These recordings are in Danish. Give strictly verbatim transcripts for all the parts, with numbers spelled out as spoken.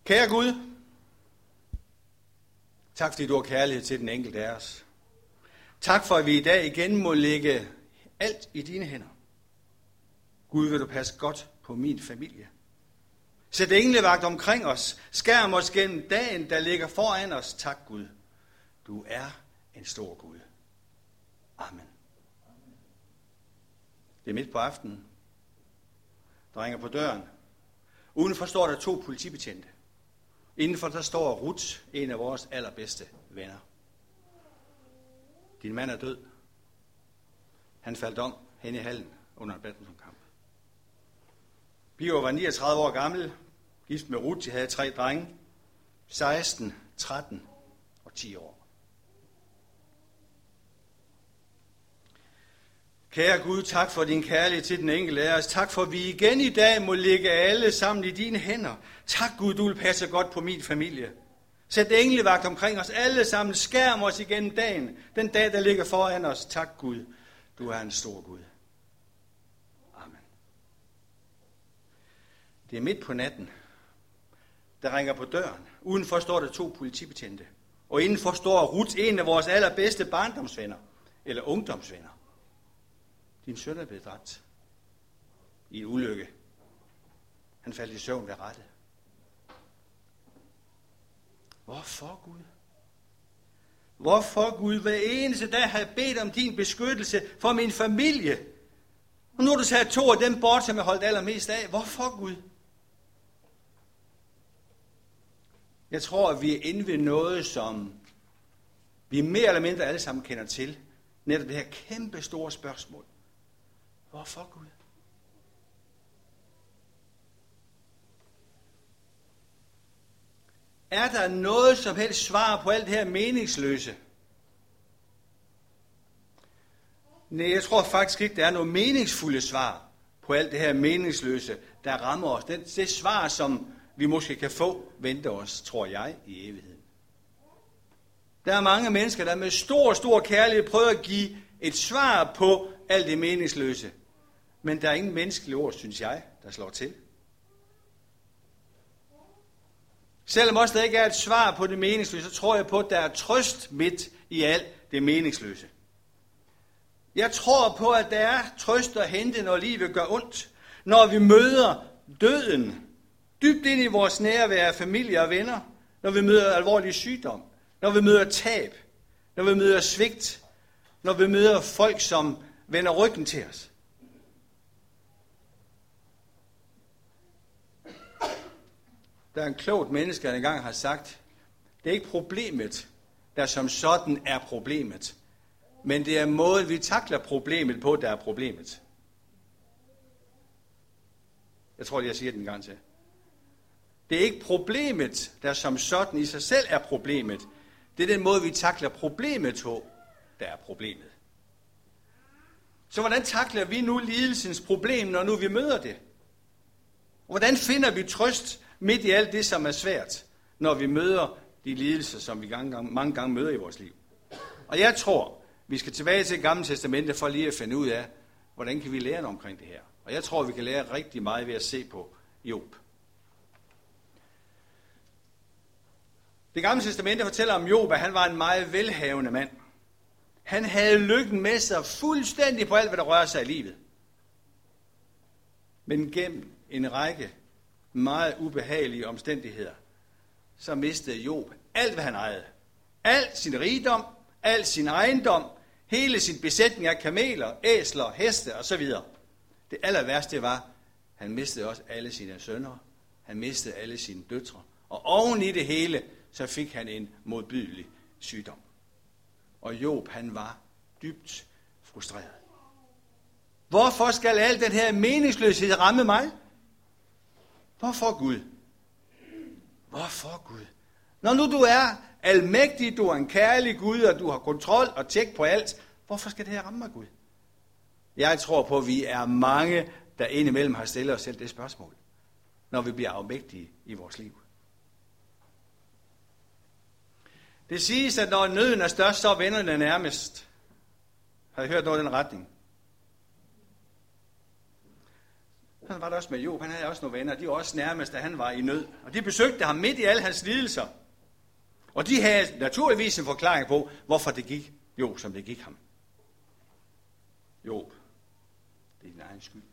Kære Gud, tak fordi du har kærlighed til den enkelte af os. Tak for, at vi i dag igen må lægge alt i dine hænder. Gud, vil du passe godt på min familie. Sæt englevagt omkring os. Skærm os gennem dagen, der ligger foran os. Tak Gud. Du er en stor Gud. Amen. Det er midt på aftenen. Der ringer på døren. Udenfor står der to politibetjente. Indenfor der står Ruth, en af vores allerbedste venner. Din mand er død. Han faldt om hen i hallen under en badmintonkamp. Biver var niogtredive år gammel, gift med Ruth. De havde tre drenge, seksten, tretten og ti år. Kære Gud, tak for din kærlighed til den enkelte af os. Tak for, at vi igen i dag må lægge alle sammen i dine hænder. Tak Gud, du vil passe godt på min familie. Sæt englevagt omkring os alle sammen. Skærm os igennem dagen. Den dag, der ligger foran os. Tak Gud, du er en stor Gud. Amen. Det er midt på natten. Der ringer på døren. Udenfor står der to politibetjente. Og indenfor står Ruth, en af vores allerbedste barndomsvenner. Eller ungdomsvenner. Din søn er blevet dræbt i en ulykke. Han faldt i søvn ved rattet. Hvorfor, Gud? Hvorfor, Gud? Hver eneste dag har jeg bedt om din beskyttelse for min familie. Og nu har du taget to af dem bort, som jeg holdt allermest af. Hvorfor, Gud? Jeg tror, at vi er inde ved noget, som vi mere eller mindre alle sammen kender til. Netop det her kæmpe store spørgsmål. Hvorfor, Gud? Er der noget som helst svar på alt det her meningsløse? Nej, jeg tror faktisk ikke, der er noget meningsfulde svar på alt det her meningsløse, der rammer os. Det, det svar, som vi måske kan få, venter os, tror jeg, i evigheden. Der er mange mennesker, der med stor, stor kærlighed prøver at give et svar på alt det meningsløse. Men der er ingen menneskelige ord, synes jeg, der slår til. Selvom også der ikke er et svar på det meningsløse, så tror jeg på, at der er trøst midt i alt det meningsløse. Jeg tror på, at der er trøst at hente, når livet gør ondt. Når vi møder døden dybt ind i vores nærvær, familie og venner. Når vi møder alvorlig sygdom. Når vi møder tab. Når vi møder svigt. Når vi møder folk, som vender ryggen til os. Der er en klogt menneske, der engang har sagt, det er ikke problemet, der som sådan er problemet, men det er måden, vi takler problemet på, der er problemet. Jeg tror, det jeg siger den en gang til. Det er ikke problemet, der som sådan i sig selv er problemet. Det er den måde, vi takler problemet på, der er problemet. Så hvordan takler vi nu lidelsens problem, når nu vi møder det? Hvordan finder vi trøst midt i alt det, som er svært, når vi møder de lidelser, som vi gang, gang, mange gange møder i vores liv? Og jeg tror, vi skal tilbage til Gamle Testamentet for lige at finde ud af, hvordan kan vi lære noget omkring det her. Og jeg tror, vi kan lære rigtig meget ved at se på Job. Det Gamle Testamentet fortæller om Job, at han var en meget velhavende mand. Han havde lykken med sig fuldstændig på alt, hvad der rører sig i livet. Men gennem en række meget ubehagelige omstændigheder, så mistede Job alt, hvad han ejede. Al sin rigdom, al sin ejendom, hele sin besætning af kameler, æsler, heste osv. Det aller værste var, at han mistede også alle sine sønner. Han mistede alle sine døtre. Og oven i det hele, så fik han en modbydelig sygdom. Og Job, han var dybt frustreret. Hvorfor skal al den her meningsløshed ramme mig? Hvorfor, Gud? Hvorfor, Gud? Når nu du er almægtig, du er en kærlig Gud, og du har kontrol og tjek på alt, hvorfor skal det her ramme mig, Gud? Jeg tror på, at vi er mange, der indimellem har stillet os selv det spørgsmål, når vi bliver afmægtige i vores liv. Det siges, at når nøden er størst, så er vennerne nærmest. Har I hørt noget i den retning? Han var der også med Job, han havde også nogle venner, de var også nærmest, da han var i nød. Og de besøgte ham midt i alle hans lidelser. Og de havde naturligvis en forklaring på, hvorfor det gik Job, som det gik ham. Job, det er din egen skyld.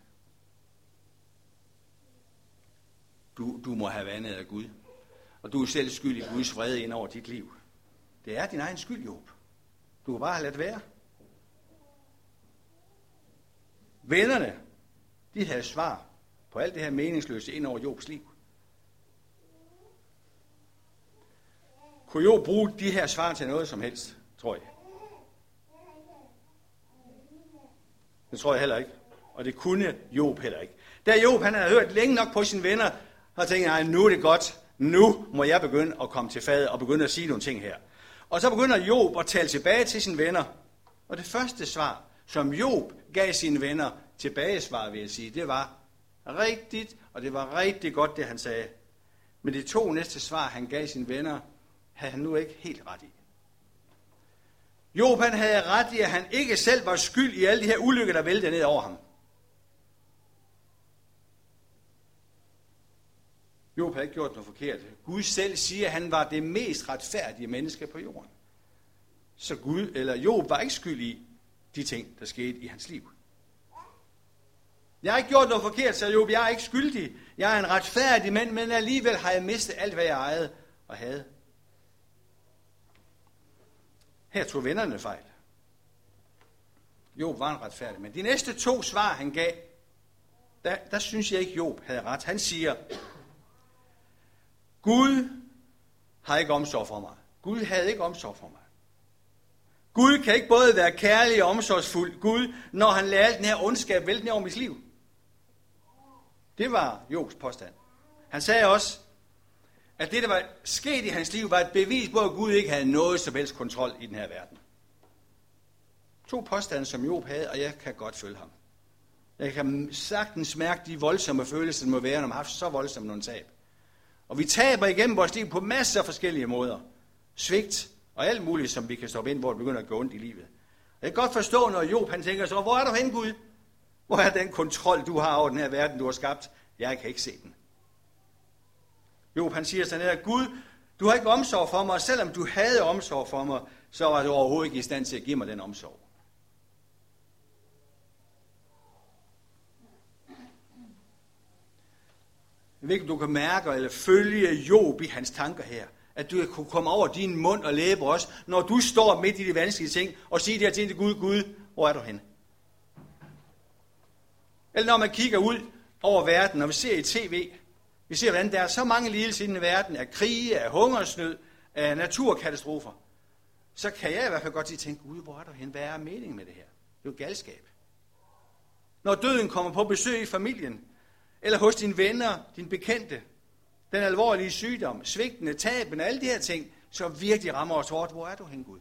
Du, du må have vandet af Gud. Og du er selv skyld i Guds vrede ind over dit liv. Det er din egen skyld, Job. Du kan bare have ladet være. Vennerne, de havde svar på alt det her meningsløse ind over Jobs liv. Kunne Job bruge de her svar til noget som helst, tror jeg? Det tror jeg heller ikke. Og det kunne Job heller ikke. Da Job, han havde hørt længe nok på sine venner, og tænkte, nej, nu er det godt. Nu må jeg begynde at komme til fadet og begynde at sige nogle ting her. Og så begynder Job at tale tilbage til sine venner. Og det første svar, som Job gav sine venner tilbagesvar, vil jeg sige, det var rigtigt, og det var rigtig godt, det han sagde. Men de to næste svar, han gav sine venner, havde han nu ikke helt ret i. Job, han havde ret i, at han ikke selv var skyld i alle de her ulykker, der væltede ned over ham. Job havde ikke gjort noget forkert. Gud selv siger, at han var det mest retfærdige menneske på jorden. Så Gud, eller Job var ikke skyld i de ting, der skete i hans liv. Jeg har ikke gjort noget forkert, sagde Job. Jeg er ikke skyldig. Jeg er en retfærdig mand, men alligevel har jeg mistet alt, hvad jeg ejede og havde. Her tog vennerne fejl. Job var en retfærdig mand. De næste to svar, han gav, der, der synes jeg ikke, Job havde ret. Han siger, Gud har ikke omsorg for mig. Gud havde ikke omsorg for mig. Gud kan ikke både være kærlig og omsorgsfuld Gud, når han lader al den her ondskab vælte ned over mit liv. Det var Jobs påstand. Han sagde også, at det, der var sket i hans liv, var et bevis på, at Gud ikke havde noget som helst kontrol i den her verden. To påstande, som Job havde, og jeg kan godt følge ham. Jeg kan sagtens mærke de voldsomme følelser, der må være, når man har haft så voldsomt nogle tab. Og vi taber igennem vores liv på masser af forskellige måder. Svigt og alt muligt, som vi kan stoppe ind, hvor det begynder at gå ondt i livet. Jeg kan godt forstå, når Job han tænker så, hvor er du hen, Gud? Hvor er den kontrol, du har over den her verden, du har skabt? Jeg kan ikke se den. Job han siger sådan her, Gud, du har ikke omsorg for mig, og selvom du havde omsorg for mig, så var du overhovedet ikke i stand til at give mig den omsorg. Jeg ved ikke, om du kan mærke eller følge Job i hans tanker her. At du kunne komme over din mund og læber også, når du står midt i de vanskelige ting, og siger det her ting til Gud, Gud, hvor er du henne? Eller når man kigger ud over verden, og vi ser i tv, vi ser, hvordan der er så mange lidelser i den verden, af krige, af hungersnød, af naturkatastrofer, så kan jeg i hvert fald godt sige, tænke, Gud, hvor er du henne? Hvad er meningen med det her? Det er jo galskab. Når døden kommer på besøg i familien, eller hos dine venner, dine bekendte, den alvorlige sygdom, svigtende, taben, alle de her ting, så virkelig rammer os hårdt. Hvor er du hen, Gud?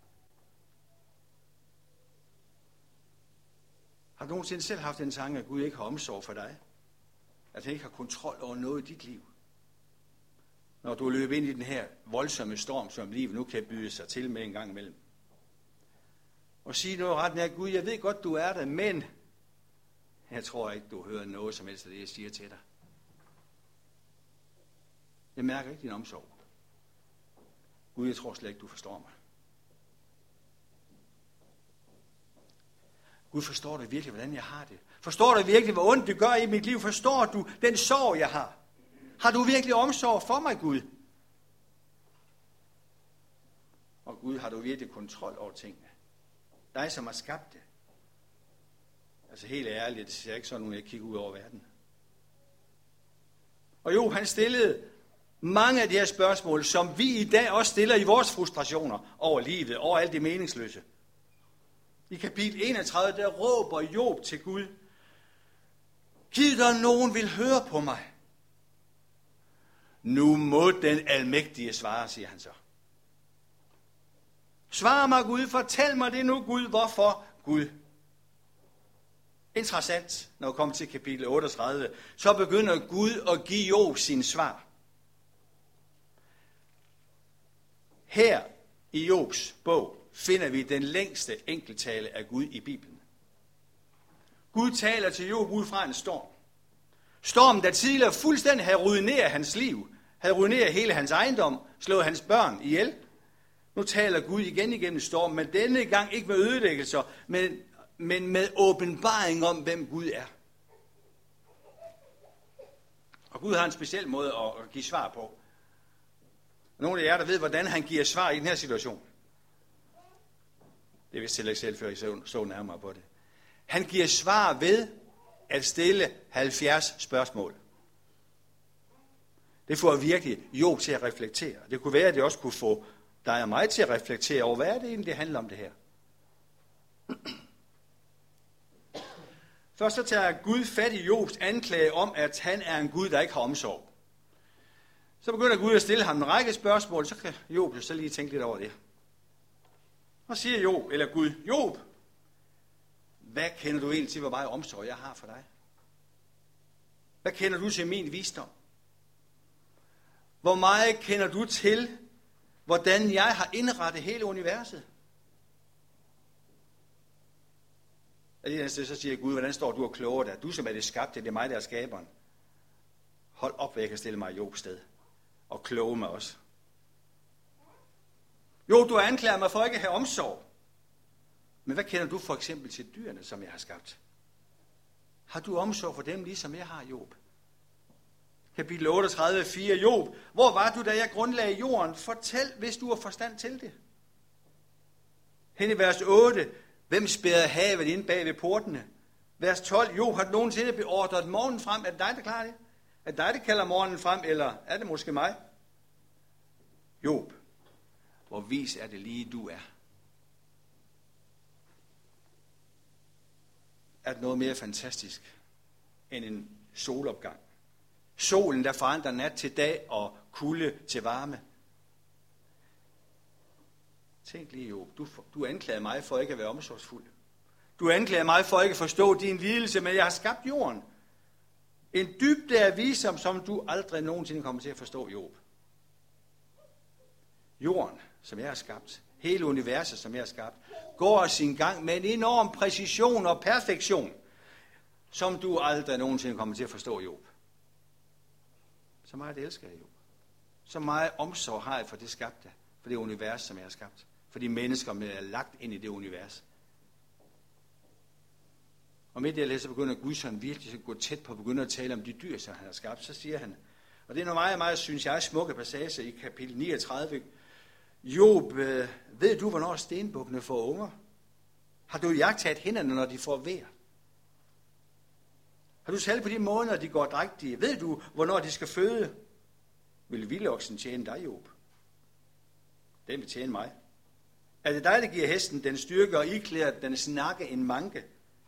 Har du nogensinde selv haft den tanke, at Gud ikke har omsorg for dig? At han ikke har kontrol over noget i dit liv? Når du løber ind i den her voldsomme storm, som livet nu kan byde sig til med en gang imellem. Og sige noget ret nær, Gud, jeg ved godt, du er der, men jeg tror ikke, du hører noget som helst af det, jeg siger til dig. Jeg mærker ikke din omsorg. Gud, jeg tror slet ikke, du forstår mig. Gud, forstår du virkelig, hvordan jeg har det? Forstår du virkelig, hvor ondt det gør i mit liv? Forstår du den sorg, jeg har? Har du virkelig omsorg for mig, Gud? Og Gud, har du virkelig kontrol over tingene? Dig, som har skabt det. Altså helt ærligt, det ser ikke sådan, når jeg kigger ud over verden. Og jo, han stillede mange af de her spørgsmål, som vi i dag også stiller i vores frustrationer over livet, over alt det meningsløse. I kapitel enogtredive, der råber Job til Gud, giv der nogen vil høre på mig. Nu må den almægtige svare, siger han så. Svar mig, Gud, fortæl mig det nu, Gud, hvorfor, Gud. Interessant, når vi kommer til kapitel otteogtredive, så begynder Gud at give Job sin svar. Her i Jobs bog finder vi den længste enkelttale af Gud i Bibelen. Gud taler til Job ud fra en storm. Stormen, der tidligere fuldstændig havde ruineret hans liv, havde ruineret hele hans ejendom, slået hans børn ihjel. Nu taler Gud igen igennem stormen, men denne gang ikke med ødelæggelser, men, men med åbenbaring om, hvem Gud er. Og Gud har en speciel måde at give svar på. Nogle af jer, der ved, hvordan han giver svar i den her situation. Det vidste jeg ikke selv, før I så, så nærmere på det. Han giver svar ved at stille halvfjerds spørgsmål. Det får virkelig Job til at reflektere. Det kunne være, at det også kunne få dig og mig til at reflektere over, hvad er det egentlig, det handler om det her. Først så tager Gud fat i Jobs anklage om, at han er en Gud, der ikke har omsorg. Så begynder Gud at stille ham en række spørgsmål, så kan Job så lige tænke lidt over det. Og siger Job, eller Gud, Job, hvad kender du egentlig til, hvor meget omsorg jeg har for dig? Hvad kender du til min visdom? Hvor meget kender du til, hvordan jeg har indrettet hele universet? Og det sted, så siger Gud, hvordan står du og kloger dig? Du som er det skabte, det er mig, der er skaberen. Hold op, hvad jeg kan stille mig i Jobs sted. Og kloge mig også. Jo, du anklager mig for ikke at have omsorg. Men hvad kender du for eksempel til dyrene, som jeg har skabt? Har du omsorg for dem, ligesom jeg har, Job? Kapitel otteogtredive, fire, Job. Hvor var du, da jeg grundlagde jorden? Fortæl, hvis du har forstand til det. Hen i vers otte. Hvem spærrede havet inde bag ved portene? Vers tolv. Job, har du nogensinde beordret morgenen frem? Er det dig, der klarer det? Er det dig, der kalder morgenen frem, eller er det måske mig? Job, hvor vis er det lige, du er? Er det noget mere fantastisk end en solopgang? Solen, der forandrer nat til dag og kulde til varme. Tænk lige, Job, du, du anklager mig for ikke at være omsorgsfuld. Du anklager mig for ikke at forstå din lidelse, men jeg har skabt jorden. En dybde af visdom, som du aldrig nogensinde kommer til at forstå, Job. Jorden, som jeg har skabt, hele universet, som jeg har skabt, går sin gang med en enorm præcision og perfektion, som du aldrig nogensinde kommer til at forstå, Job. Så meget elsker jeg, Job. Så meget omsorg har jeg for det skabte, for det univers, som jeg har skabt. For de mennesker, som er lagt ind i det univers. Og midt i det, så begynder Gud sådan virkelig at gå tæt på, begynder at tale om de dyr, som han har skabt. Så siger han, og det er noget meget, meget, synes jeg, smukke passage i kapitel niogtredive. Job, ved du, hvornår stenbukkene får unger? Har du jagttaget hænderne, når de får vejr? Har du talt på de måneder, de går drægtige? Ved du, hvornår de skal føde? Vil vildoksen tjene dig, Job? Den vil tjene mig. Er det dig, der giver hesten den styrke og iklæder den snakke en manke?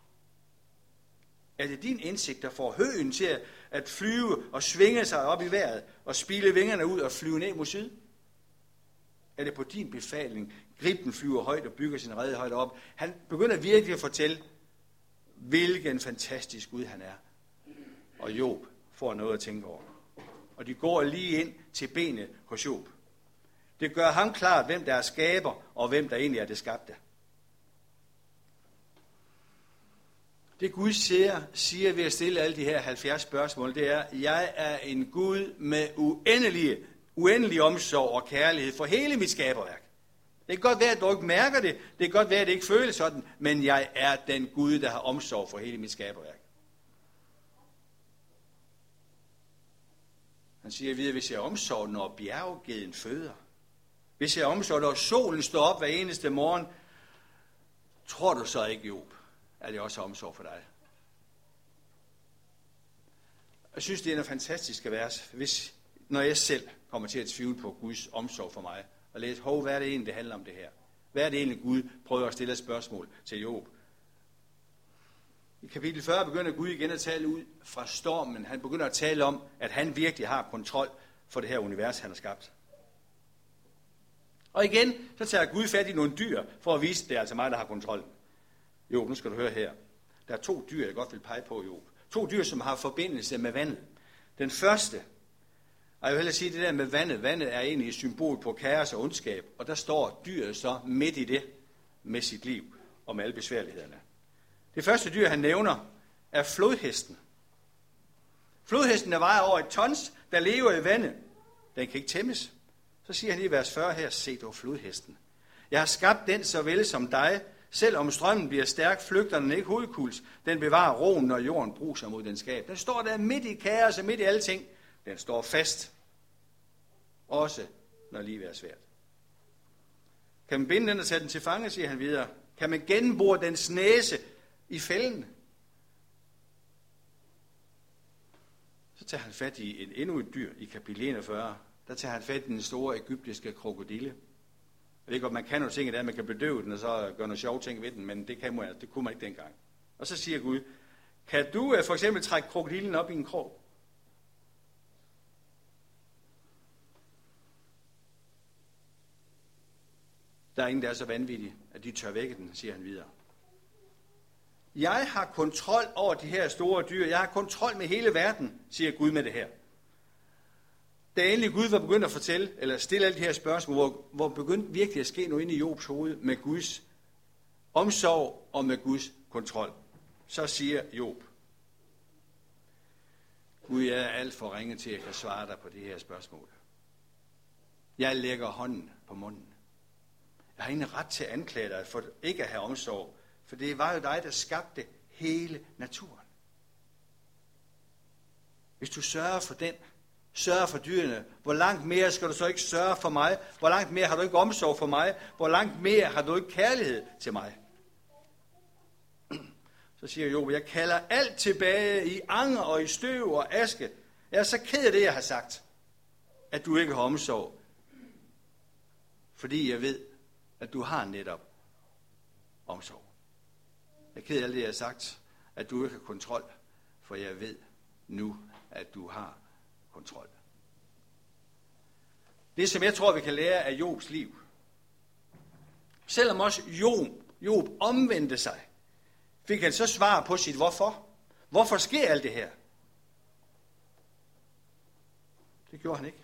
Er det din indsigt, der får høen til at flyve og svinge sig op i vejret og spile vingerne ud og flyve ned mod syd? Er det på din befaling, griben flyver højt og bygger sin rede højt op? Han begynder virkelig at fortælle, hvilken fantastisk Gud han er. Og Job får noget at tænke over. Og de går lige ind til benet hos Job. Det gør ham klart, hvem der er skaber, og hvem der egentlig er det skabte. Det Gud siger, siger ved at stille alle de her halvfjerds spørgsmål, det er, jeg er en Gud med uendelig, uendelig omsorg og kærlighed for hele mit skaberværk. Det kan godt være, at du ikke mærker det, det kan godt være, at det ikke føles sådan, men jeg er den Gud, der har omsorg for hele mit skaberværk. Han siger videre, hvis jeg er omsorg, når bjerggeden føder, hvis jeg er omsorg, når solen står op hver eneste morgen, tror du så ikke, Job, at det også er omsorg for dig? Jeg synes, det er en fantastisk vers, hvis, når jeg selv kommer til at tvivle på Guds omsorg for mig, og læse, hov, hvad er det egentlig, det handler om det her? Hvad er det egentlig, Gud prøver at stille et spørgsmål til Job? I kapitel fyrre begynder Gud igen at tale ud fra stormen. Han begynder at tale om, at han virkelig har kontrol for det her univers, han har skabt. Og igen, så tager Gud fat i nogle dyr, for at vise, at det er altså mig, der har kontrollen. Jo, nu skal du høre her. Der er to dyr, jeg godt vil pege på, Job. To dyr, som har forbindelse med vandet. Den første, og jeg vil hellere sige det der med vandet. Vandet er egentlig et symbol på kaos og ondskab, og der står dyret så midt i det med sit liv og med alle besværlighederne. Det første dyr, han nævner, er flodhesten. Flodhesten, der vejer over et tons, der lever i vandet. Den kan ikke tæmmes. Så siger han i vers fyrre her, se dog flodhesten. Jeg har skabt den så vel som dig. Selvom strømmen bliver stærk, flygter den ikke hovedkuls. Den bevarer roen, når jorden bruser mod den skab. Den står der midt i kaos og midt i alle ting. Den står fast. Også når livet er svært. Kan man binde den og tage den til fange, siger han videre. Kan man genbore dens næse i fælden? Så tager han fat i en, endnu et dyr i kapitel enogfyrre. Der tager han fat i den store egyptiske krokodille. Jeg ved godt, man kan nogle ting i det, man kan bedøve den og så gøre nogle sjove ting ved den, men det, kan man, det kunne man ikke dengang. Og så siger Gud, kan du for eksempel trække krokodillen op i en krog? Der er ingen, der er så vanvittige, at de tør vække den, siger han videre. Jeg har kontrol over de her store dyr. Jeg har kontrol med hele verden, siger Gud med det her. Da endelig Gud var begyndt at fortælle, eller stille alle de her spørgsmål, hvor, hvor begyndte virkelig at ske noget inde i Jobs hoved med Guds omsorg og med Guds kontrol. Så siger Job, Gud, jeg er alt for ringe til, at jeg kan svare dig på det her spørgsmål. Jeg lægger hånden på munden. Jeg har ingen ret til at anklage dig for ikke at have omsorg, for det var jo dig, der skabte hele naturen. Hvis du sørger for den, sørger for dyrene, hvor langt mere skal du så ikke sørge for mig? Hvor langt mere har du ikke omsorg for mig? Hvor langt mere har du ikke kærlighed til mig? Så siger Job, jeg kalder alt tilbage i anger og i støv og aske. Jeg er så ked af det, jeg har sagt, at du ikke har omsorg. Fordi jeg ved, at du har netop omsorg. Jeg er ked af alt det, jeg har sagt, at du ikke har kontrol, for jeg ved nu, at du har kontrol. Det, som jeg tror, vi kan lære af Jobs liv. Selvom også Job, Job omvendte sig, fik han så svar på sit hvorfor. Hvorfor sker alt det her? Det gjorde han ikke.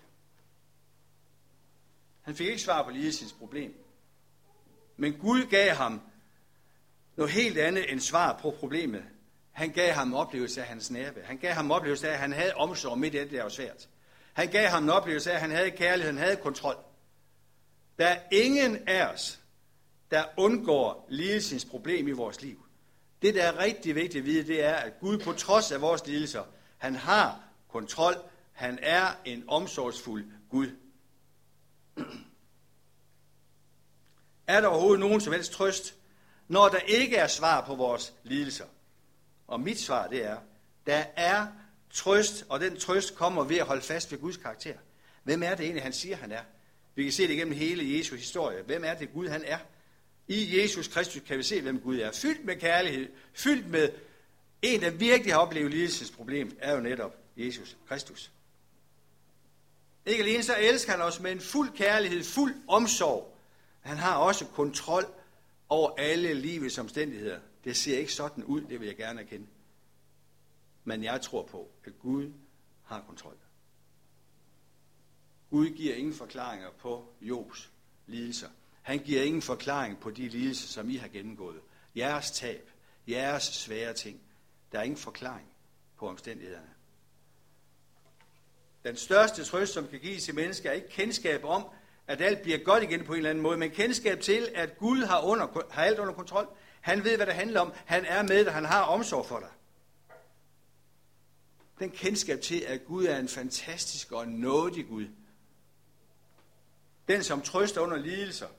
Han fik ikke svar på lidelsens problem. Men Gud gav ham noget helt andet end svar på problemet. Han gav ham en oplevelse af hans nærvær. Han gav ham en oplevelse af, at han havde omsorg midt i det, der var svært. Han gav ham en oplevelse af, at han havde kærlighed, han havde kontrol. Der er ingen af os, der undgår lidelsens problem i vores liv. Det, der er rigtig vigtigt at vide, det er, at Gud på trods af vores lidelser, han har kontrol. Han er en omsorgsfuld Gud. Er der overhovedet nogen som helst trøst, når der ikke er svar på vores lidelser? Og mit svar, det er, der er trøst, og den trøst kommer ved at holde fast ved Guds karakter. Hvem er det egentlig, han siger, han er? Vi kan se det igennem hele Jesu historie. Hvem er det Gud, han er? I Jesus Kristus kan vi se, hvem Gud er. Fyldt med kærlighed, fyldt med en, der virkelig har oplevet lidelsens problem, er jo netop Jesus Kristus. Ikke alene så elsker han os med en fuld kærlighed, fuld omsorg. Han har også kontrol over alle livets omstændigheder. Det ser ikke sådan ud, det vil jeg gerne erkende. Men jeg tror på, at Gud har kontrol. Gud giver ingen forklaringer på Jobs lidelser. Han giver ingen forklaring på de lidelser, som I har gennemgået. Jeres tab, jeres svære ting. Der er ingen forklaring på omstændighederne. Den største trøst, som kan gives til mennesker, er ikke kendskab om, at alt bliver godt igen på en eller anden måde, men kendskab til, at Gud har, under, har alt under kontrol. Han ved, hvad det handler om. Han er med dig. Han har omsorg for dig. Den kendskab til, at Gud er en fantastisk og nådig Gud. Den, som trøster under lidelser.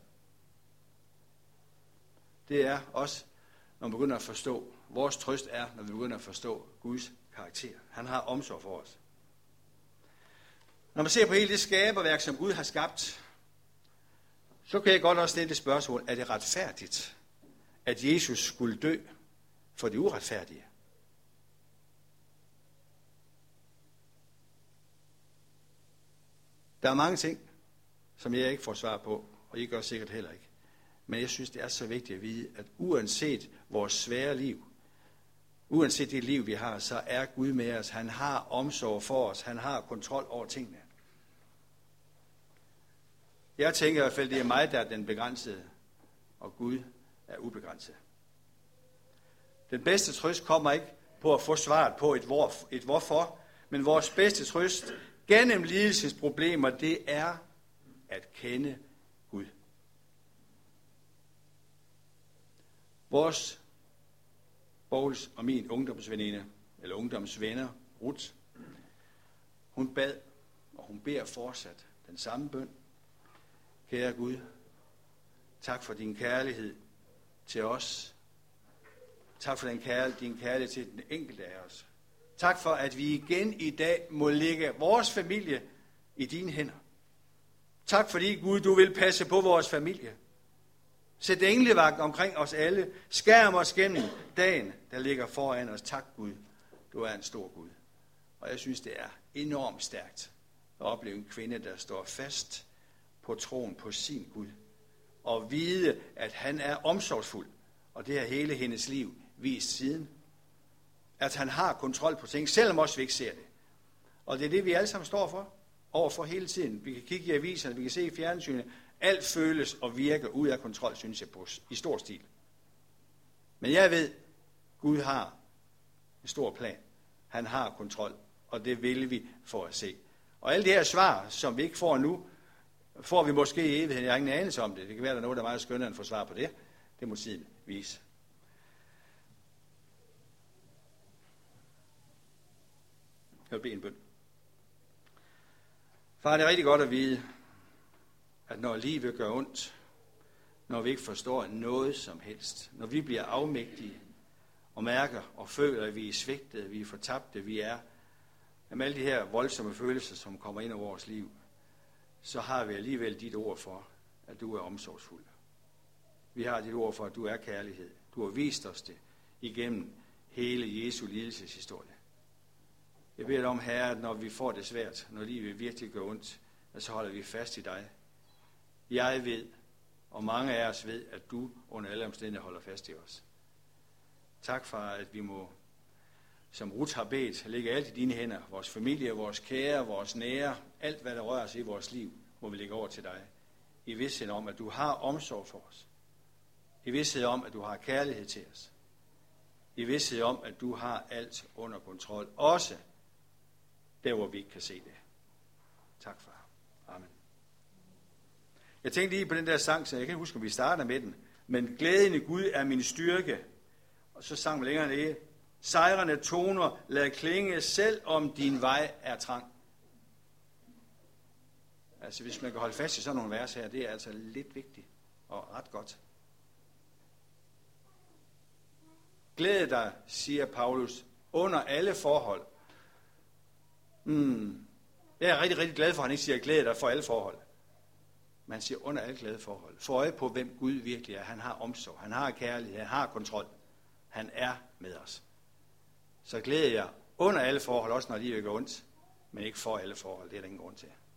Det er også, når man begynder at forstå. Vores trøst er, når vi begynder at forstå Guds karakter. Han har omsorg for os. Når man ser på hele det skaberværk, som Gud har skabt, så kan jeg godt også stille det spørgsmål, er det retfærdigt, at Jesus skulle dø for de uretfærdige? Der er mange ting, som jeg ikke får svar på, og I gør sikkert heller ikke. Men jeg synes, det er så vigtigt at vide, at uanset vores svære liv, uanset det liv, vi har, så er Gud med os. Han har omsorg for os. Han har kontrol over tingene. Jeg tænker i hvert fald, det er mig, der er den begrænsede, og Gud er ubegrænset. Den bedste trøst kommer ikke på at få svaret på et, hvor, et hvorfor, men vores bedste trøst gennem lidelsens problemer, det er at kende Gud. Vores, Pauls og min ungdomsveninde, eller ungdomsvenner, Ruth, hun bad, og hun beder fortsat den samme bøn. Kære Gud, tak for din kærlighed til os. Tak for den kærlighed, din kærlighed til den enkelte af os. Tak for, at vi igen i dag må lægge vores familie i dine hænder. Tak fordi, Gud, du vil passe på vores familie. Sæt englevagt omkring os alle. Skærm os gennem dagen, der ligger foran os. Tak, Gud. Du er en stor Gud. Og jeg synes, det er enormt stærkt at opleve en kvinde, der står fast på troen på sin Gud. Og vide, at han er omsorgsfuld. Og det har hele hendes liv vist siden. At han har kontrol på ting, selvom også vi ikke ser det. Og det er det, vi alle sammen står for. Overfor hele tiden. Vi kan kigge i aviserne, vi kan se i fjernsynet. Alt føles og virker ud af kontrol, synes jeg, på, i stor stil. Men jeg ved, Gud har en stor plan. Han har kontrol, og det vil vi få at se. Og alle de her svar, som vi ikke får nu, får vi måske i evigheden. Jeg har ingen anelse om det. Det kan være, der er noget, der er meget skønnere end at få svar på det. Det må tiden vise. Jeg vil bede en bøn. Far, det er rigtig godt at vide, at når livet gør ondt, når vi ikke forstår noget som helst, når vi bliver afmægtige og mærker og føler, at vi er svigtede, vi er fortabte, vi er, med alle de her voldsomme følelser, som kommer ind over vores liv, så har vi alligevel dit ord for, at du er omsorgsfuld. Vi har dit ord for, at du er kærlighed. Du har vist os det igennem hele Jesu lidelseshistorie. Jeg beder dig om, Herre, at når vi får det svært, når livet virkelig gør ondt, så holder vi fast i dig. Jeg ved, og mange af os ved, at du under alle omstændigheder holder fast i os. Tak for, at vi må, som Ruth har bedt, lægge alt i dine hænder. Vores familie, vores kære, vores nære, alt hvad der rører sig i vores liv, må vi lægge over til dig. I vidsthed om, at du har omsorg for os. I vidsthed om, at du har kærlighed til os. I vidsthed om, at du har alt under kontrol. Også der, hvor vi ikke kan se det. Tak, far. Amen. Jeg tænkte lige på den der sang, så jeg kan ikke huske, om vi starter med den. Men glæden i Gud er min styrke. Og så sang vi længere nede. Sejrende toner, lad klinge, selv om din vej er trang. Altså, hvis man kan holde fast i sådan nogle vers her, det er altså lidt vigtigt og ret godt. Glæd dig, siger Paulus, under alle forhold. Hmm. Jeg er rigtig, rigtig glad for, at han ikke siger, glæd dig for alle forhold. Man siger under alle glade forhold. Få øje på, hvem Gud virkelig er. Han har omsorg, han har kærlighed, han har kontrol. Han er med os. Så glæder jeg under alle forhold, også når livet går ondt, men ikke for alle forhold. Det er der ingen grund til.